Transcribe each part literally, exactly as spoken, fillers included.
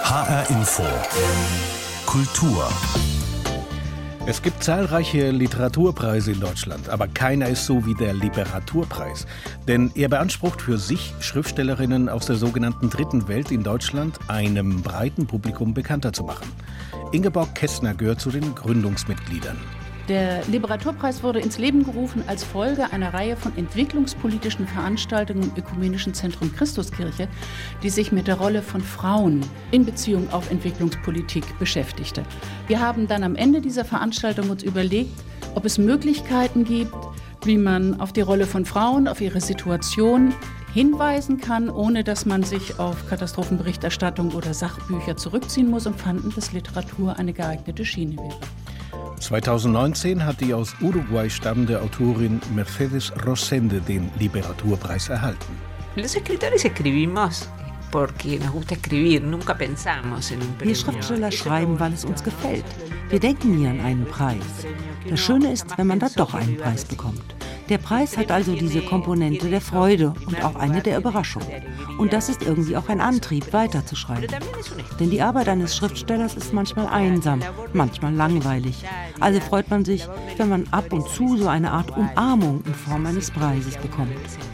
H R Info Kultur. Es gibt zahlreiche Literaturpreise in Deutschland, aber keiner ist so wie der Liberaturpreis. Denn er beansprucht für sich, Schriftstellerinnen aus der sogenannten Dritten Welt in Deutschland einem breiten Publikum bekannter zu machen. Ingeborg Kästner gehört zu den Gründungsmitgliedern. Der Liberaturpreis wurde ins Leben gerufen als Folge einer Reihe von entwicklungspolitischen Veranstaltungen im Ökumenischen Zentrum Christuskirche, die sich mit der Rolle von Frauen in Beziehung auf Entwicklungspolitik beschäftigte. Wir haben dann am Ende dieser Veranstaltung uns überlegt, ob es Möglichkeiten gibt, wie man auf die Rolle von Frauen, auf ihre Situation hinweisen kann, ohne dass man sich auf Katastrophenberichterstattung oder Sachbücher zurückziehen muss, und fanden, dass Literatur eine geeignete Schiene wäre. zweitausendneunzehn hat die aus Uruguay stammende Autorin Mercedes Rosende den Liberaturpreis erhalten. Los escritores escribimos porque nos gusta escribir, nunca pensamos en un premio. Wir Schriftsteller schreiben, weil es uns gefällt. Wir denken nie an einen Preis. Das Schöne ist, wenn man da doch einen Preis bekommt. Der Preis hat also diese Komponente der Freude und auch eine der Überraschung. Und das ist irgendwie auch ein Antrieb, weiterzuschreiben. Denn die Arbeit eines Schriftstellers ist manchmal einsam, manchmal langweilig. Also freut man sich, wenn man ab und zu so eine Art Umarmung in Form eines Preises bekommt.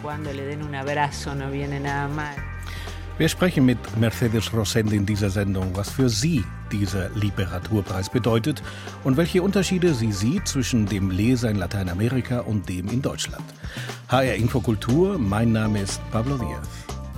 Wir sprechen mit Mercedes Rosende in dieser Sendung, was für sie dieser Liberaturpreis bedeutet und welche Unterschiede sie sieht zwischen dem Leser in Lateinamerika und dem in Deutschland. H R Info Kultur, mein Name ist Pablo Diaz.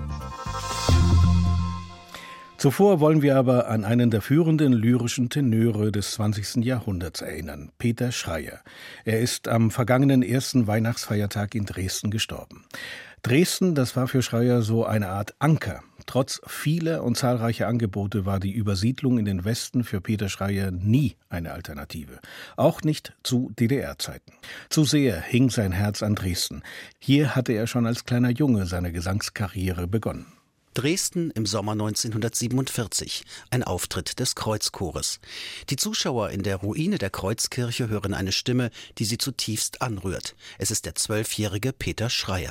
Zuvor wollen wir aber an einen der führenden lyrischen Tenöre des zwanzigsten Jahrhunderts erinnern, Peter Schreyer. Er ist am vergangenen ersten Weihnachtsfeiertag in Dresden gestorben. Dresden, das war für Schreyer so eine Art Anker. Trotz vieler und zahlreicher Angebote war die Übersiedlung in den Westen für Peter Schreyer nie eine Alternative. Auch nicht zu D D R-Zeiten. Zu sehr hing sein Herz an Dresden. Hier hatte er schon als kleiner Junge seine Gesangskarriere begonnen. Dresden im Sommer neunzehnhundertsiebenundvierzig. Ein Auftritt des Kreuzchores. Die Zuschauer in der Ruine der Kreuzkirche hören eine Stimme, die sie zutiefst anrührt. Es ist der zwölfjährige Peter Schreyer.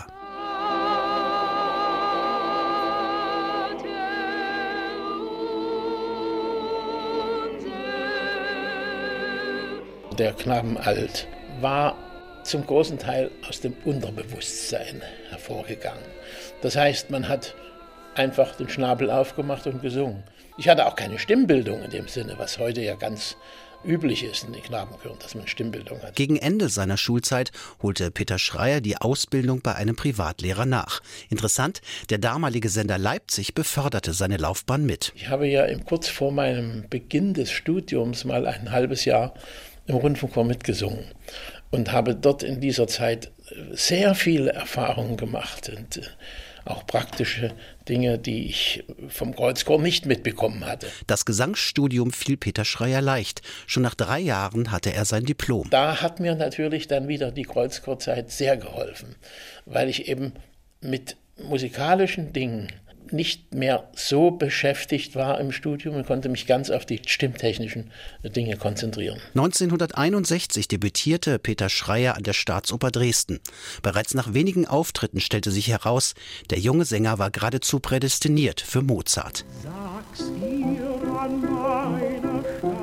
Der Knabenalt war zum großen Teil aus dem Unterbewusstsein hervorgegangen. Das heißt, man hat einfach den Schnabel aufgemacht und gesungen. Ich hatte auch keine Stimmbildung in dem Sinne, was heute ja ganz üblich ist in den Knabenchören, dass man Stimmbildung hat. Gegen Ende seiner Schulzeit holte Peter Schreyer die Ausbildung bei einem Privatlehrer nach. Interessant, der damalige Sender Leipzig beförderte seine Laufbahn mit. Ich habe ja kurz vor meinem Beginn des Studiums mal ein halbes Jahr im Rundfunkchor mitgesungen und habe dort in dieser Zeit sehr viele Erfahrungen gemacht und auch praktische Dinge, die ich vom Kreuzchor nicht mitbekommen hatte. Das Gesangsstudium fiel Peter Schreyer leicht. Schon nach drei Jahren hatte er sein Diplom. Da hat mir natürlich dann wieder die Kreuzchorzeit sehr geholfen, weil ich eben mit musikalischen Dingen nicht mehr so beschäftigt war im Studium und konnte mich ganz auf die stimmtechnischen Dinge konzentrieren. neunzehnhunderteinundsechzig debütierte Peter Schreyer an der Staatsoper Dresden. Bereits nach wenigen Auftritten stellte sich heraus, der junge Sänger war geradezu prädestiniert für Mozart. Sag's ihr an meiner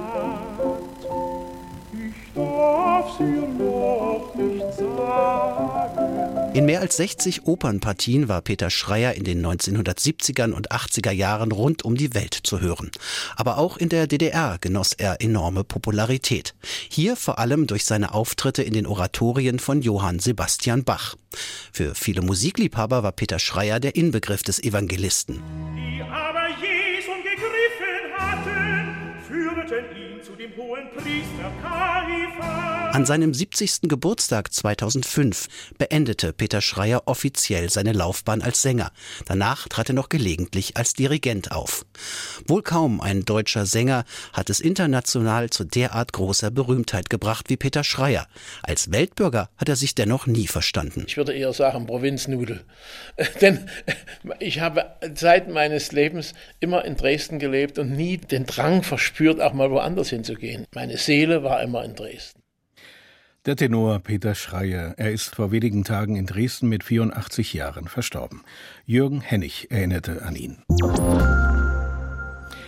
Stadt, ich darf's ihr noch nicht sagen. In mehr als sechzig Opernpartien war Peter Schreyer in den neunzehnhundertsiebzigern und achtziger Jahren rund um die Welt zu hören. Aber auch in der D D R genoss er enorme Popularität. Hier vor allem durch seine Auftritte in den Oratorien von Johann Sebastian Bach. Für viele Musikliebhaber war Peter Schreyer der Inbegriff des Evangelisten. Die aber Jesum gegriffen hatten, führten ihn zu dem hohen Priester Kaiphas. An seinem siebzigsten Geburtstag zweitausendfünf beendete Peter Schreyer offiziell seine Laufbahn als Sänger. Danach trat er noch gelegentlich als Dirigent auf. Wohl kaum ein deutscher Sänger hat es international zu derart großer Berühmtheit gebracht wie Peter Schreyer. Als Weltbürger hat er sich dennoch nie verstanden. Ich würde eher sagen Provinznudel. Denn ich habe Zeit meines Lebens immer in Dresden gelebt und nie den Drang verspürt, auch mal woanders hinzugehen. Meine Seele war immer in Dresden. Der Tenor Peter Schreyer, er ist vor wenigen Tagen in Dresden mit vierundachtzig Jahren verstorben. Jürgen Hennig erinnerte an ihn.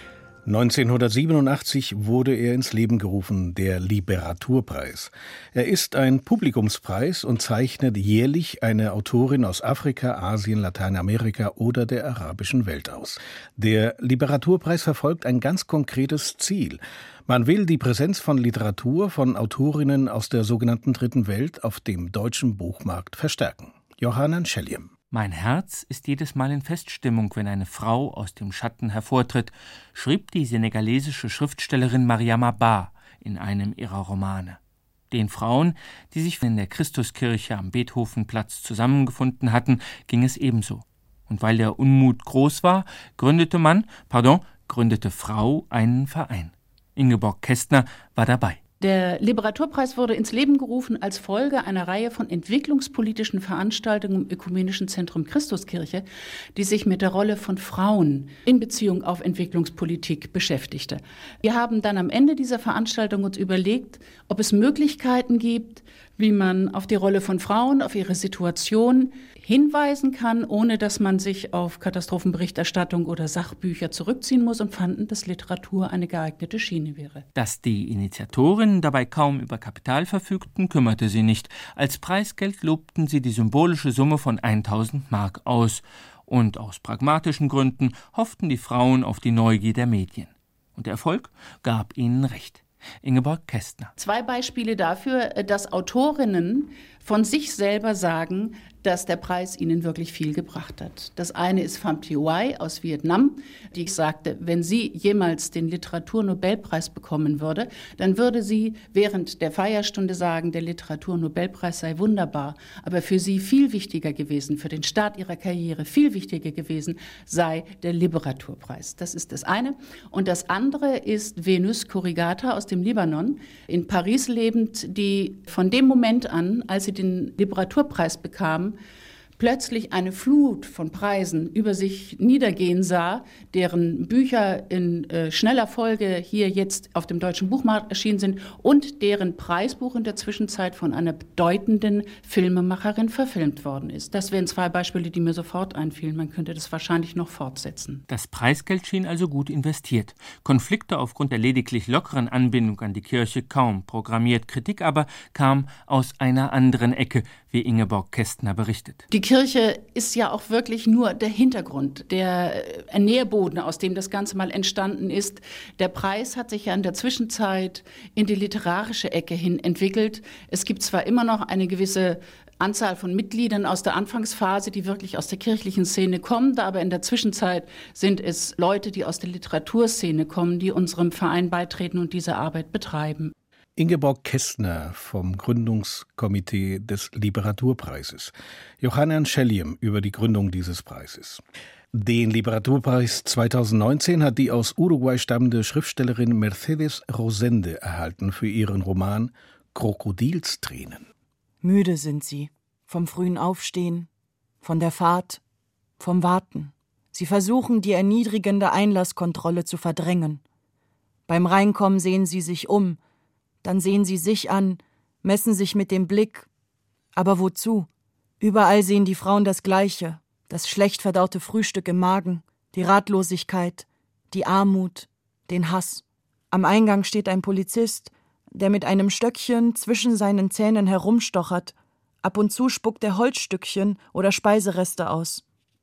neunzehnhundertsiebenundachtzig wurde er ins Leben gerufen, der Literaturpreis. Er ist ein Publikumspreis und zeichnet jährlich eine Autorin aus Afrika, Asien, Lateinamerika oder der arabischen Welt aus. Der Literaturpreis verfolgt ein ganz konkretes Ziel. Man will die Präsenz von Literatur von Autorinnen aus der sogenannten Dritten Welt auf dem deutschen Buchmarkt verstärken. Johannan Schelliem. Mein Herz ist jedes Mal in Feststimmung, wenn eine Frau aus dem Schatten hervortritt, schrieb die senegalesische Schriftstellerin Mariama Ba in einem ihrer Romane. Den Frauen, die sich in der Christuskirche am Beethovenplatz zusammengefunden hatten, ging es ebenso. Und weil der Unmut groß war, gründete man, pardon, gründete Frau einen Verein. Ingeborg Kästner war dabei. Der Literaturpreis wurde ins Leben gerufen als Folge einer Reihe von entwicklungspolitischen Veranstaltungen im Ökumenischen Zentrum Christuskirche, die sich mit der Rolle von Frauen in Beziehung auf Entwicklungspolitik beschäftigte. Wir haben dann am Ende dieser Veranstaltung uns überlegt, ob es Möglichkeiten gibt, wie man auf die Rolle von Frauen, auf ihre Situation hinweisen kann, ohne dass man sich auf Katastrophenberichterstattung oder Sachbücher zurückziehen muss, und fanden, dass Literatur eine geeignete Schiene wäre. Dass die Initiatorinnen dabei kaum über Kapital verfügten, kümmerte sie nicht. Als Preisgeld lobten sie die symbolische Summe von tausend Mark aus. Und aus pragmatischen Gründen hofften die Frauen auf die Neugier der Medien. Und der Erfolg gab ihnen recht. Ingeborg Kästner. Zwei Beispiele dafür, dass Autorinnen von sich selber sagen, dass der Preis ihnen wirklich viel gebracht hat. Das eine ist Pham Thi Huai aus Vietnam, die sagte, wenn sie jemals den Literaturnobelpreis bekommen würde, dann würde sie während der Feierstunde sagen, der Literaturnobelpreis sei wunderbar, aber für sie viel wichtiger gewesen, für den Start ihrer Karriere viel wichtiger gewesen sei der Literaturpreis. Das ist das eine. Und das andere ist Venus Kurigata aus dem Libanon, in Paris lebend, die von dem Moment an, als sie den Literaturpreis bekam, plötzlich eine Flut von Preisen über sich niedergehen sah, deren Bücher in äh, schneller Folge hier jetzt auf dem deutschen Buchmarkt erschienen sind und deren Preisbuch in der Zwischenzeit von einer bedeutenden Filmemacherin verfilmt worden ist. Das wären zwei Beispiele, die mir sofort einfielen. Man könnte das wahrscheinlich noch fortsetzen. Das Preisgeld schien also gut investiert. Konflikte aufgrund der lediglich lockeren Anbindung an die Kirche kaum programmiert. Kritik aber kam aus einer anderen Ecke, wie Ingeborg Kästner berichtet. Die Kirche ist ja auch wirklich nur der Hintergrund, der Nährboden, aus dem das Ganze mal entstanden ist. Der Preis hat sich ja in der Zwischenzeit in die literarische Ecke hin entwickelt. Es gibt zwar immer noch eine gewisse Anzahl von Mitgliedern aus der Anfangsphase, die wirklich aus der kirchlichen Szene kommen, aber in der Zwischenzeit sind es Leute, die aus der Literaturszene kommen, die unserem Verein beitreten und diese Arbeit betreiben. Ingeborg Kästner vom Gründungskomitee des Literaturpreises. Johannan Schelliem über die Gründung dieses Preises. Den Literaturpreis zweitausendneunzehn hat die aus Uruguay stammende Schriftstellerin Mercedes Rosende erhalten für ihren Roman Krokodilstränen. Müde sind sie, vom frühen Aufstehen, von der Fahrt, vom Warten. Sie versuchen, die erniedrigende Einlasskontrolle zu verdrängen. Beim Reinkommen sehen sie sich um, dann sehen sie sich an, messen sich mit dem Blick. Aber wozu? Überall sehen die Frauen das Gleiche, das schlecht verdaute Frühstück im Magen, die Ratlosigkeit, die Armut, den Hass. Am Eingang steht ein Polizist, der mit einem Stöckchen zwischen seinen Zähnen herumstochert. Ab und zu spuckt er Holzstückchen oder Speisereste aus.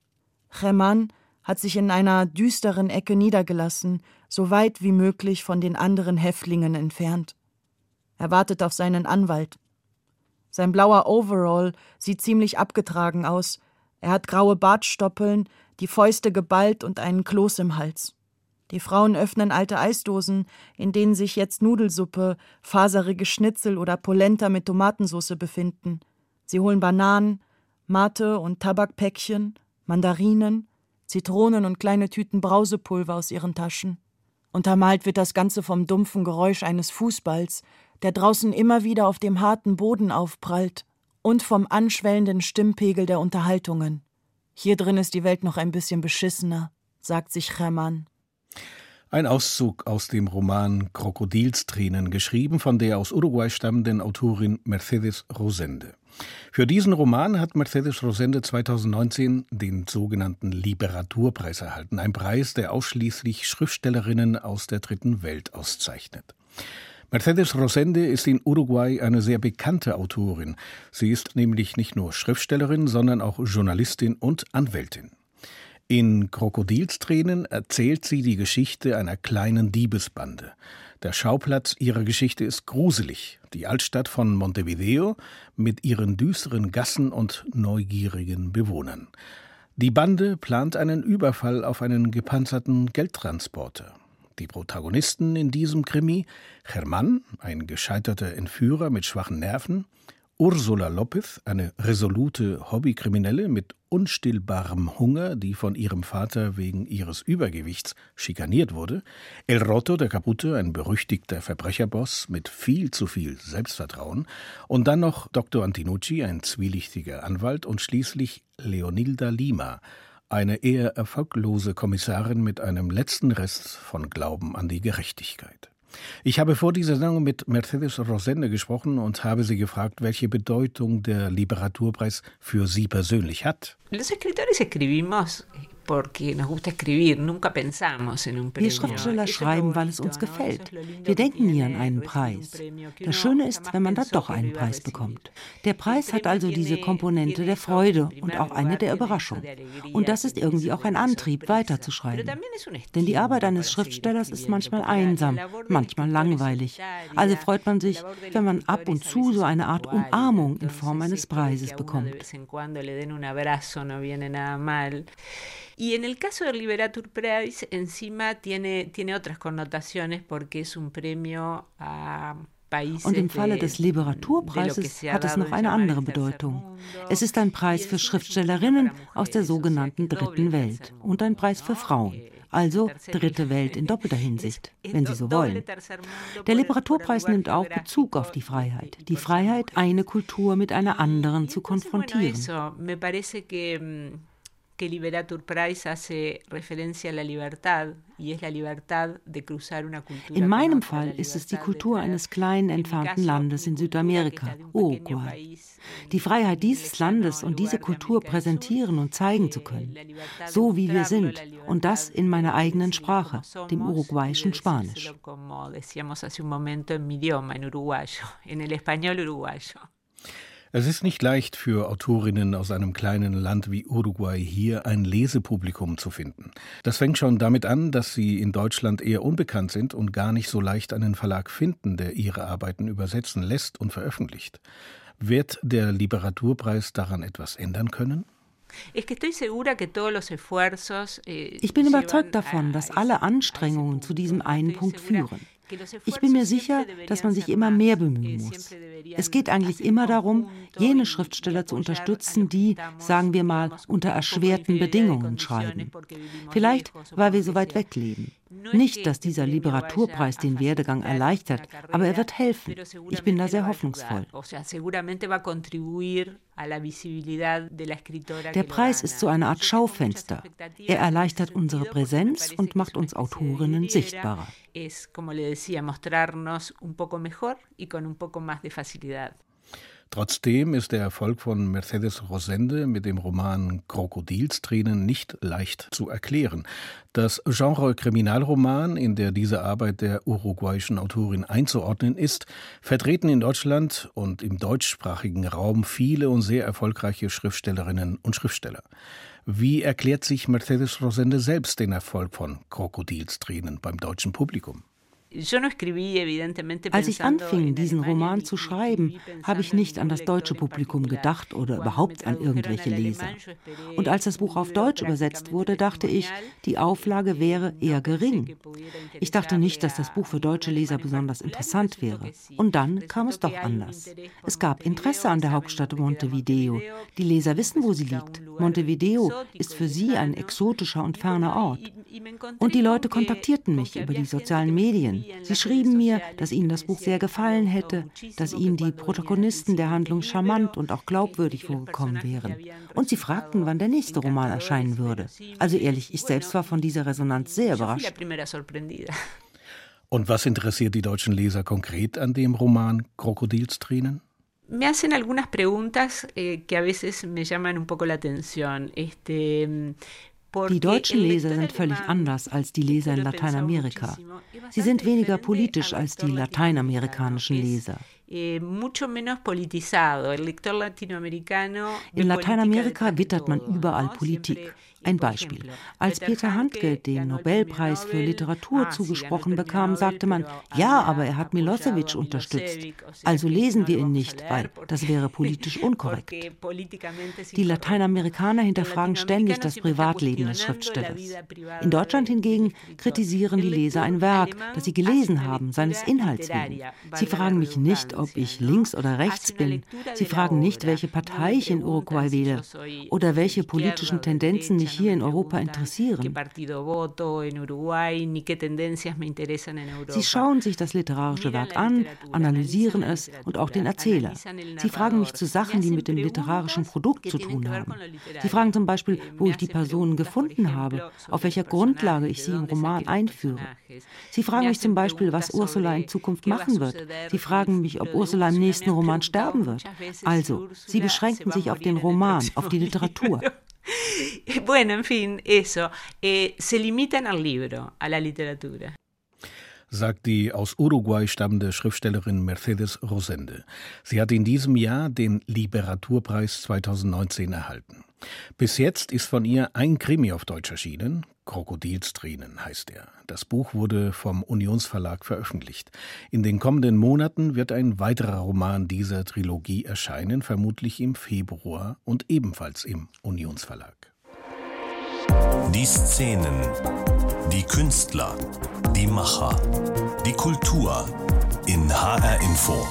Germán hat sich in einer düsteren Ecke niedergelassen, so weit wie möglich von den anderen Häftlingen entfernt. Er wartet auf seinen Anwalt. Sein blauer Overall sieht ziemlich abgetragen aus. Er hat graue Bartstoppeln, die Fäuste geballt und einen Kloß im Hals. Die Frauen öffnen alte Eisdosen, in denen sich jetzt Nudelsuppe, faserige Schnitzel oder Polenta mit Tomatensauce befinden. Sie holen Bananen, Mate und Tabakpäckchen, Mandarinen, Zitronen und kleine Tüten Brausepulver aus ihren Taschen. Untermalt wird das Ganze vom dumpfen Geräusch eines Fußballs, der draußen immer wieder auf dem harten Boden aufprallt, und vom anschwellenden Stimmpegel der Unterhaltungen. Hier drin ist die Welt noch ein bisschen beschissener, sagt sich Germán. Ein Auszug aus dem Roman Krokodilstränen, geschrieben von der aus Uruguay stammenden Autorin Mercedes Rosende. Für diesen Roman hat Mercedes Rosende zweitausendneunzehn den sogenannten Literaturpreis erhalten, ein Preis, der ausschließlich Schriftstellerinnen aus der dritten Welt auszeichnet. Mercedes Rosende ist in Uruguay eine sehr bekannte Autorin. Sie ist nämlich nicht nur Schriftstellerin, sondern auch Journalistin und Anwältin. In Krokodilstränen erzählt sie die Geschichte einer kleinen Diebesbande. Der Schauplatz ihrer Geschichte ist gruselig, die Altstadt von Montevideo mit ihren düsteren Gassen und neugierigen Bewohnern. Die Bande plant einen Überfall auf einen gepanzerten Geldtransporter. Die Protagonisten in diesem Krimi: Germán, ein gescheiterter Entführer mit schwachen Nerven, Ursula López, eine resolute Hobbykriminelle mit unstillbarem Hunger, die von ihrem Vater wegen ihres Übergewichts schikaniert wurde, El Roto, der Kaputte, ein berüchtigter Verbrecherboss mit viel zu viel Selbstvertrauen, und dann noch Doktor Antinucci, ein zwielichtiger Anwalt, und schließlich Leonilda Lima, eine eher erfolglose Kommissarin mit einem letzten Rest von Glauben an die Gerechtigkeit. Ich habe vor dieser Sendung mit Mercedes Rosende gesprochen und habe sie gefragt, welche Bedeutung der Literaturpreis für sie persönlich hat. Los escritores escribimos porque nos gusta escribir, nunca pensamos en un premio. Wir Schriftsteller schreiben, weil es uns gefällt. Wir denken nie an einen Preis. Das Schöne ist, wenn man da doch einen Preis bekommt. Der Preis hat also diese Komponente der Freude und auch eine der Überraschung. Und das ist irgendwie auch ein Antrieb, weiterzuschreiben. Denn die Arbeit eines Schriftstellers ist manchmal einsam, manchmal langweilig. Also freut man sich, wenn man ab und zu so eine Art Umarmung in Form eines Preises bekommt. Y en el caso del Literaturpreis encima tiene, tiene otras connotaciones porque es un premio a Und im Falle des Literaturpreises hat es noch eine andere Bedeutung. Es ist ein Preis für Schriftstellerinnen aus der sogenannten Dritten Welt und ein Preis für Frauen, also Dritte Welt in doppelter Hinsicht, wenn Sie so wollen. Der Literaturpreis nimmt auch Bezug auf die Freiheit, die Freiheit, eine Kultur mit einer anderen zu konfrontieren. Que Literaturpreis hace referencia a la libertad y es la libertad de cruzar una cultura. In meinem Fall ist es die Kultur eines kleinen entfernten Landes in Südamerika, Uruguay. Die Freiheit dieses Landes und diese Kultur präsentieren und zeigen zu können, so wie wir sind, und das in meiner eigenen Sprache, dem uruguayischen Spanisch. Como decíamos hace un momento en mi idioma, en uruguayo, en el español uruguayo. Es ist nicht leicht für Autorinnen aus einem kleinen Land wie Uruguay hier ein Lesepublikum zu finden. Das fängt schon damit an, dass sie in Deutschland eher unbekannt sind und gar nicht so leicht einen Verlag finden, der ihre Arbeiten übersetzen lässt und veröffentlicht. Wird der Literaturpreis daran etwas ändern können? Ich bin überzeugt davon, dass alle Anstrengungen zu diesem einen Punkt führen. Ich bin mir sicher, dass man sich immer mehr bemühen muss. Es geht eigentlich immer darum, jene Schriftsteller zu unterstützen, die, sagen wir mal, unter erschwerten Bedingungen schreiben. Vielleicht, weil wir so weit weg leben. Nicht, dass dieser Literaturpreis den Werdegang erleichtert, aber er wird helfen. Ich bin da sehr hoffnungsvoll. Der Preis ist so eine Art Schaufenster. Er erleichtert unsere Präsenz und macht uns Autorinnen sichtbarer. Trotzdem ist der Erfolg von Mercedes Rosende mit dem Roman Krokodilstränen nicht leicht zu erklären. Das Genre Kriminalroman, in der diese Arbeit der uruguayischen Autorin einzuordnen ist, vertreten in Deutschland und im deutschsprachigen Raum viele und sehr erfolgreiche Schriftstellerinnen und Schriftsteller. Wie erklärt sich Mercedes Rosende selbst den Erfolg von Krokodilstränen beim deutschen Publikum? Als ich anfing, diesen Roman zu schreiben, habe ich nicht an das deutsche Publikum gedacht oder überhaupt an irgendwelche Leser. Und als das Buch auf Deutsch übersetzt wurde, dachte ich, die Auflage wäre eher gering. Ich dachte nicht, dass das Buch für deutsche Leser besonders interessant wäre. Und dann kam es doch anders. Es gab Interesse an der Hauptstadt Montevideo. Die Leser wissen, wo sie liegt. Montevideo ist für sie ein exotischer und ferner Ort. Und die Leute kontaktierten mich über die sozialen Medien. Sie schrieben mir, dass ihnen das Buch sehr gefallen hätte, dass ihnen die Protagonisten der Handlung charmant und auch glaubwürdig vorgekommen wären. Und sie fragten, wann der nächste Roman erscheinen würde. Also ehrlich, ich selbst war von dieser Resonanz sehr überrascht. Und was interessiert die deutschen Leser konkret an dem Roman Krokodilstränen? Me hacen algunas preguntas eh, que a veces me llaman un poco la atención. Este, Die deutschen Leser sind völlig anders als die Leser in Lateinamerika. Sie sind weniger politisch als die lateinamerikanischen Leser. In Lateinamerika wittert man überall Politik. Ein Beispiel. Als Peter Handke den Nobelpreis für Literatur zugesprochen bekam, sagte man, ja, aber er hat Milosevic unterstützt. Also lesen wir ihn nicht, weil das wäre politisch unkorrekt. Die Lateinamerikaner hinterfragen ständig das Privatleben des Schriftstellers. In Deutschland hingegen kritisieren die Leser ein Werk, das sie gelesen haben, seines Inhalts wegen. Sie fragen mich nicht, ob ich links oder rechts bin. Sie fragen nicht, welche Partei ich in Uruguay wähle oder welche politischen Tendenzen mich hier in Europa interessieren. Sie schauen sich das literarische Werk an, analysieren es und auch den Erzähler. Sie fragen mich zu Sachen, die mit dem literarischen Produkt zu tun haben. Sie fragen zum Beispiel, wo ich die Personen gefunden habe, auf welcher Grundlage ich sie im Roman einführe. Sie fragen mich zum Beispiel, was Ursula in Zukunft machen wird. Sie fragen mich, ob Ursula im nächsten Roman sterben wird. Also, sie beschränken sich auf den Roman, auf die Literatur. Bueno, en fin, eso. Eh, se limitan al libro, a la literatura. Sagt die aus Uruguay stammende Schriftstellerin Mercedes Rosende. Sie hat in diesem Jahr den Literaturpreis zweitausendneunzehn erhalten. Bis jetzt ist von ihr ein Krimi auf Deutsch erschienen. Krokodilstränen heißt er. Das Buch wurde vom Unionsverlag veröffentlicht. In den kommenden Monaten wird ein weiterer Roman dieser Trilogie erscheinen, vermutlich im Februar und ebenfalls im Unionsverlag. Die Szenen, die Künstler, die Macher, die Kultur in H R Info.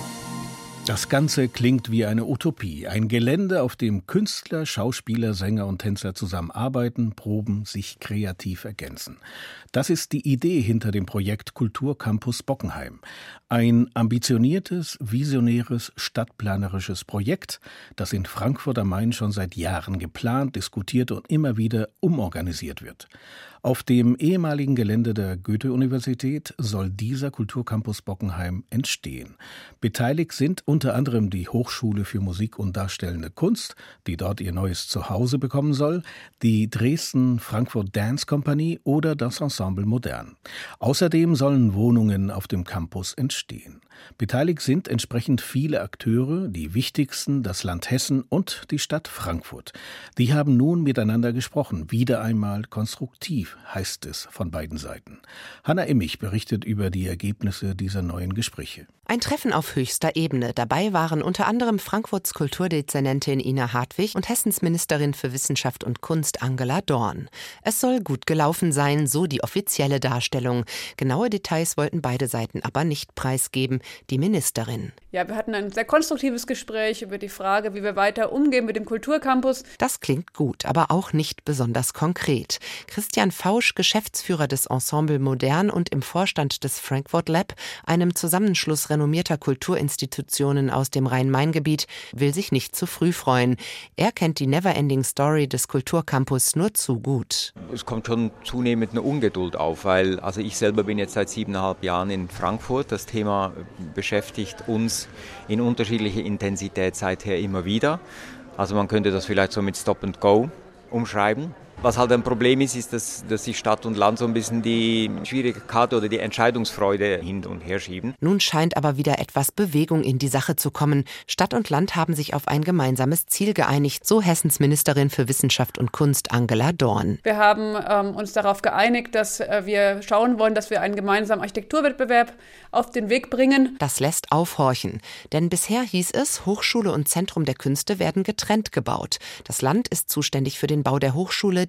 Das Ganze klingt wie eine Utopie. Ein Gelände, auf dem Künstler, Schauspieler, Sänger und Tänzer zusammenarbeiten, proben, sich kreativ ergänzen. Das ist die Idee hinter dem Projekt Kulturcampus Bockenheim. Ein ambitioniertes, visionäres, stadtplanerisches Projekt, das in Frankfurt am Main schon seit Jahren geplant, diskutiert und immer wieder umorganisiert wird. Auf dem ehemaligen Gelände der Goethe-Universität soll dieser Kulturcampus Bockenheim entstehen. Beteiligt sind unter anderem die Hochschule für Musik und Darstellende Kunst, die dort ihr neues Zuhause bekommen soll, die Dresden-Frankfurt Dance Company oder das Ensemble Modern. Außerdem sollen Wohnungen auf dem Campus entstehen. Beteiligt sind entsprechend viele Akteure, die wichtigsten das Land Hessen und die Stadt Frankfurt. Die haben nun miteinander gesprochen, wieder einmal konstruktiv, heißt es von beiden Seiten. Hanna Immich berichtet über die Ergebnisse dieser neuen Gespräche. Ein Treffen auf höchster Ebene. Dabei waren unter anderem Frankfurts Kulturdezernentin Ina Hartwig und Hessens Ministerin für Wissenschaft und Kunst Angela Dorn. Es soll gut gelaufen sein, so die offizielle Darstellung. Genaue Details wollten beide Seiten aber nicht preisgeben. Die Ministerin. Ja, wir hatten ein sehr konstruktives Gespräch über die Frage, wie wir weiter umgehen mit dem Kulturcampus. Das klingt gut, aber auch nicht besonders konkret. Christian Fausch, Geschäftsführer des Ensemble Modern und im Vorstand des Frankfurt Lab, einem Zusammenschluss renommierter Kulturinstitutionen aus dem Rhein-Main-Gebiet, will sich nicht zu früh freuen. Er kennt die Neverending Story des Kulturcampus nur zu gut. Es kommt schon zunehmend eine Ungeduld auf, weil also ich selber bin jetzt seit siebeneinhalb Jahren in Frankfurt. Das Thema beschäftigt uns in unterschiedlicher Intensität seither immer wieder. Also man könnte das vielleicht so mit Stop and Go umschreiben. Was halt ein Problem ist, ist, dass, dass sich Stadt und Land so ein bisschen die schwierige Karte oder die Entscheidungsfreude hin und her schieben. Nun scheint aber wieder etwas Bewegung in die Sache zu kommen. Stadt und Land haben sich auf ein gemeinsames Ziel geeinigt, so Hessens Ministerin für Wissenschaft und Kunst Angela Dorn. Wir haben ähm, uns darauf geeinigt, dass äh, wir schauen wollen, dass wir einen gemeinsamen Architekturwettbewerb auf den Weg bringen. Das lässt aufhorchen. Denn bisher hieß es, Hochschule und Zentrum der Künste werden getrennt gebaut. Das Land ist zuständig für den Bau der Hochschule,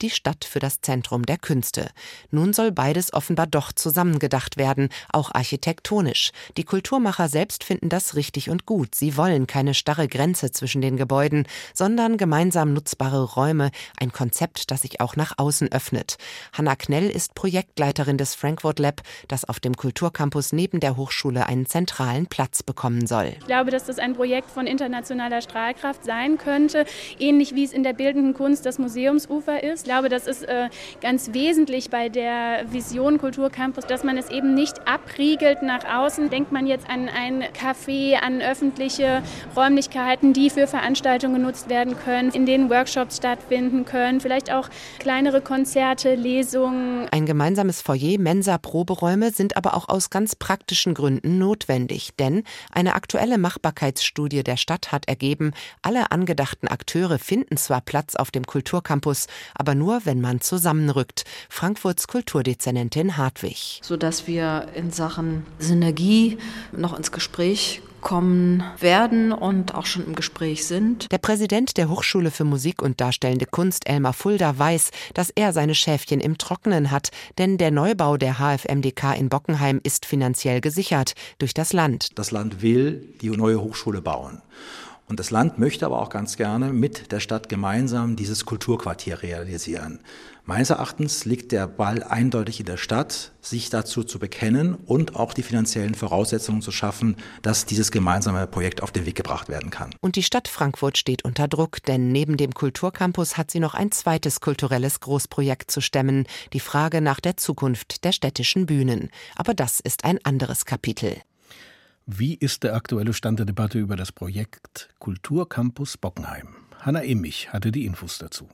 die Stadt für das Zentrum der Künste. Nun soll beides offenbar doch zusammengedacht werden, auch architektonisch. Die Kulturmacher selbst finden das richtig und gut. Sie wollen keine starre Grenze zwischen den Gebäuden, sondern gemeinsam nutzbare Räume, ein Konzept, das sich auch nach außen öffnet. Hanna Knell ist Projektleiterin des Frankfurt Lab, das auf dem Kulturcampus neben der Hochschule einen zentralen Platz bekommen soll. Ich glaube, dass das ein Projekt von internationaler Strahlkraft sein könnte, ähnlich wie es in der bildenden Kunst das Museumsufer ist. Ich glaube, das ist äh, ganz wesentlich bei der Vision Kulturcampus, dass man es eben nicht abriegelt nach außen. Denkt man jetzt an ein Café, an öffentliche Räumlichkeiten, die für Veranstaltungen genutzt werden können, in denen Workshops stattfinden können, vielleicht auch kleinere Konzerte, Lesungen. Ein gemeinsames Foyer, Mensa, Proberäume sind aber auch aus ganz praktischen Gründen notwendig. Denn eine aktuelle Machbarkeitsstudie der Stadt hat ergeben, alle angedachten Akteure finden zwar Platz auf dem Kulturcampus, aber nur, wenn man zusammenrückt. Frankfurts Kulturdezernentin Hartwig. Sodass wir in Sachen Synergie noch ins Gespräch kommen werden und auch schon im Gespräch sind. Der Präsident der Hochschule für Musik und Darstellende Kunst, Elmar Fulda, weiß, dass er seine Schäfchen im Trockenen hat, denn der Neubau der H F M D K in Bockenheim ist finanziell gesichert durch das Land. Das Land will die neue Hochschule bauen. Und das Land möchte aber auch ganz gerne mit der Stadt gemeinsam dieses Kulturquartier realisieren. Meines Erachtens liegt der Ball eindeutig in der Stadt, sich dazu zu bekennen und auch die finanziellen Voraussetzungen zu schaffen, dass dieses gemeinsame Projekt auf den Weg gebracht werden kann. Und die Stadt Frankfurt steht unter Druck, denn neben dem Kulturcampus hat sie noch ein zweites kulturelles Großprojekt zu stemmen, die Frage nach der Zukunft der städtischen Bühnen. Aber das ist ein anderes Kapitel. Wie ist der aktuelle Stand der Debatte über das Projekt Kulturcampus Bockenheim? Hanna Immich hatte die Infos dazu.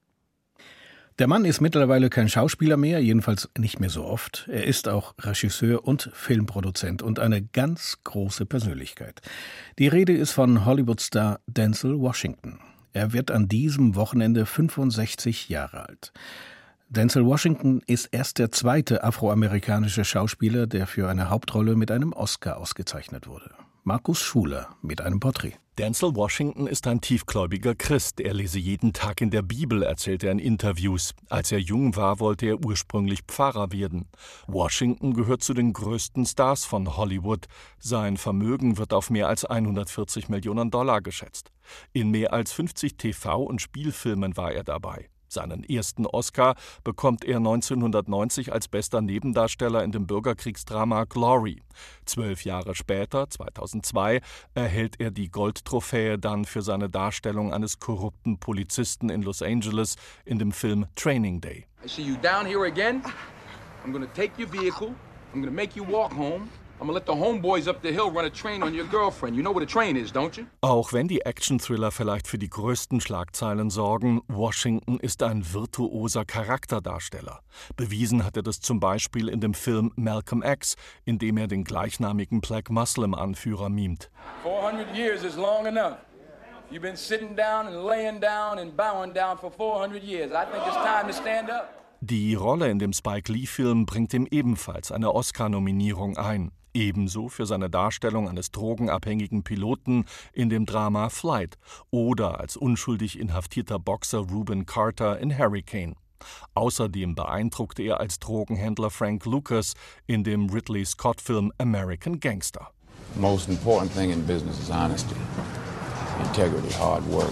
Der Mann ist mittlerweile kein Schauspieler mehr, jedenfalls nicht mehr so oft. Er ist auch Regisseur und Filmproduzent und eine ganz große Persönlichkeit. Die Rede ist von Hollywood-Star Denzel Washington. Er wird an diesem Wochenende fünfundsechzig Jahre alt. Denzel Washington ist erst der zweite afroamerikanische Schauspieler, der für eine Hauptrolle mit einem Oscar ausgezeichnet wurde. Markus Schuler mit einem Porträt. Denzel Washington ist ein tiefgläubiger Christ. Er lese jeden Tag in der Bibel, erzählt er in Interviews. Als er jung war, wollte er ursprünglich Pfarrer werden. Washington gehört zu den größten Stars von Hollywood. Sein Vermögen wird auf mehr als hundertvierzig Millionen Dollar geschätzt. In mehr als fünfzig T V- und Spielfilmen war er dabei. Seinen ersten Oscar bekommt er neunzehnhundertneunzig als bester Nebendarsteller in dem Bürgerkriegsdrama Glory. Zwölf Jahre später, zweitausendzwei, erhält er die Goldtrophäe dann für seine Darstellung eines korrupten Polizisten in Los Angeles in dem Film Training Day. I see you down here again. I'm gonna take your vehicle. I'm gonna make you walk home. I'm gonna let the homeboys up the hill run a train on your girlfriend. You know what a train is, don't you? Auch wenn die Action-Thriller vielleicht für die größten Schlagzeilen sorgen, Washington ist ein virtuoser Charakterdarsteller. Bewiesen hat er das zum Beispiel in dem Film Malcolm X, in dem er den gleichnamigen Black Muslim-Anführer mimt. four hundred years is long enough. You've been sitting down and laying down and bowing down for four hundred years. I think it's time to stand up. Die Rolle in dem Spike-Lee-Film bringt ihm ebenfalls eine Oscar-Nominierung ein. Ebenso für seine Darstellung eines drogenabhängigen Piloten in dem Drama Flight oder als unschuldig inhaftierter Boxer Reuben Carter in Hurricane. Außerdem beeindruckte er als Drogenhändler Frank Lucas in dem Ridley-Scott-Film American Gangster. The most important thing in business is honesty, integrity, hard work,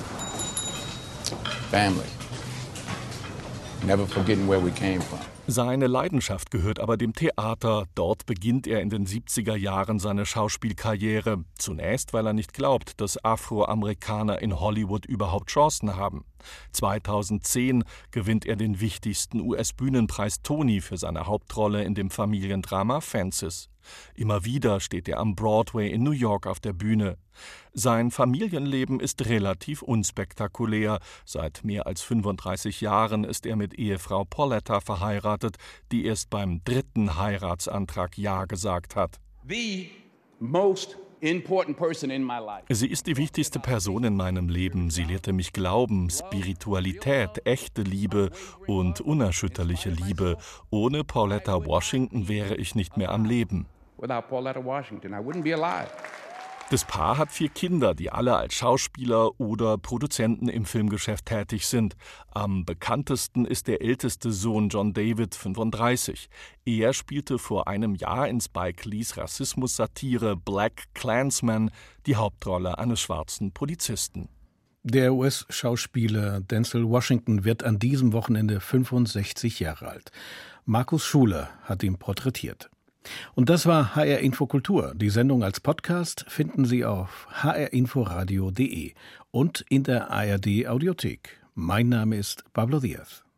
family. Never forgetting where we came from. Seine Leidenschaft gehört aber dem Theater. Dort beginnt er in den siebziger Jahren seine Schauspielkarriere. Zunächst, weil er nicht glaubt, dass Afroamerikaner in Hollywood überhaupt Chancen haben. zweitausendzehn gewinnt er den wichtigsten U S-Bühnenpreis Tony für seine Hauptrolle in dem Familiendrama Fences. Immer wieder steht er am Broadway in New York auf der Bühne. Sein Familienleben ist relativ unspektakulär. Seit mehr als fünfunddreißig Jahren ist er mit Ehefrau Pauletta verheiratet, die erst beim dritten Heiratsantrag Ja gesagt hat. The most important person in my life. Sie ist die wichtigste Person in meinem Leben. Sie lehrte mich Glauben, Spiritualität, echte Liebe und unerschütterliche Liebe. Ohne Pauletta Washington wäre ich nicht mehr am Leben. Without Pauletta Washington, I wouldn't be alive. Das Paar hat vier Kinder, die alle als Schauspieler oder Produzenten im Filmgeschäft tätig sind. Am bekanntesten ist der älteste Sohn John David, fünfunddreißig. Er spielte vor einem Jahr in Spike Lees Rassismus-Satire Black Klansman die Hauptrolle eines schwarzen Polizisten. Der U S-Schauspieler Denzel Washington wird an diesem Wochenende fünfundsechzig Jahre alt. Markus Schuler hat ihn porträtiert. Und das war H R Info Kultur. Die Sendung als Podcast finden Sie auf h r inforadio punkt de und in der A R D Audiothek. Mein Name ist Pablo Diaz.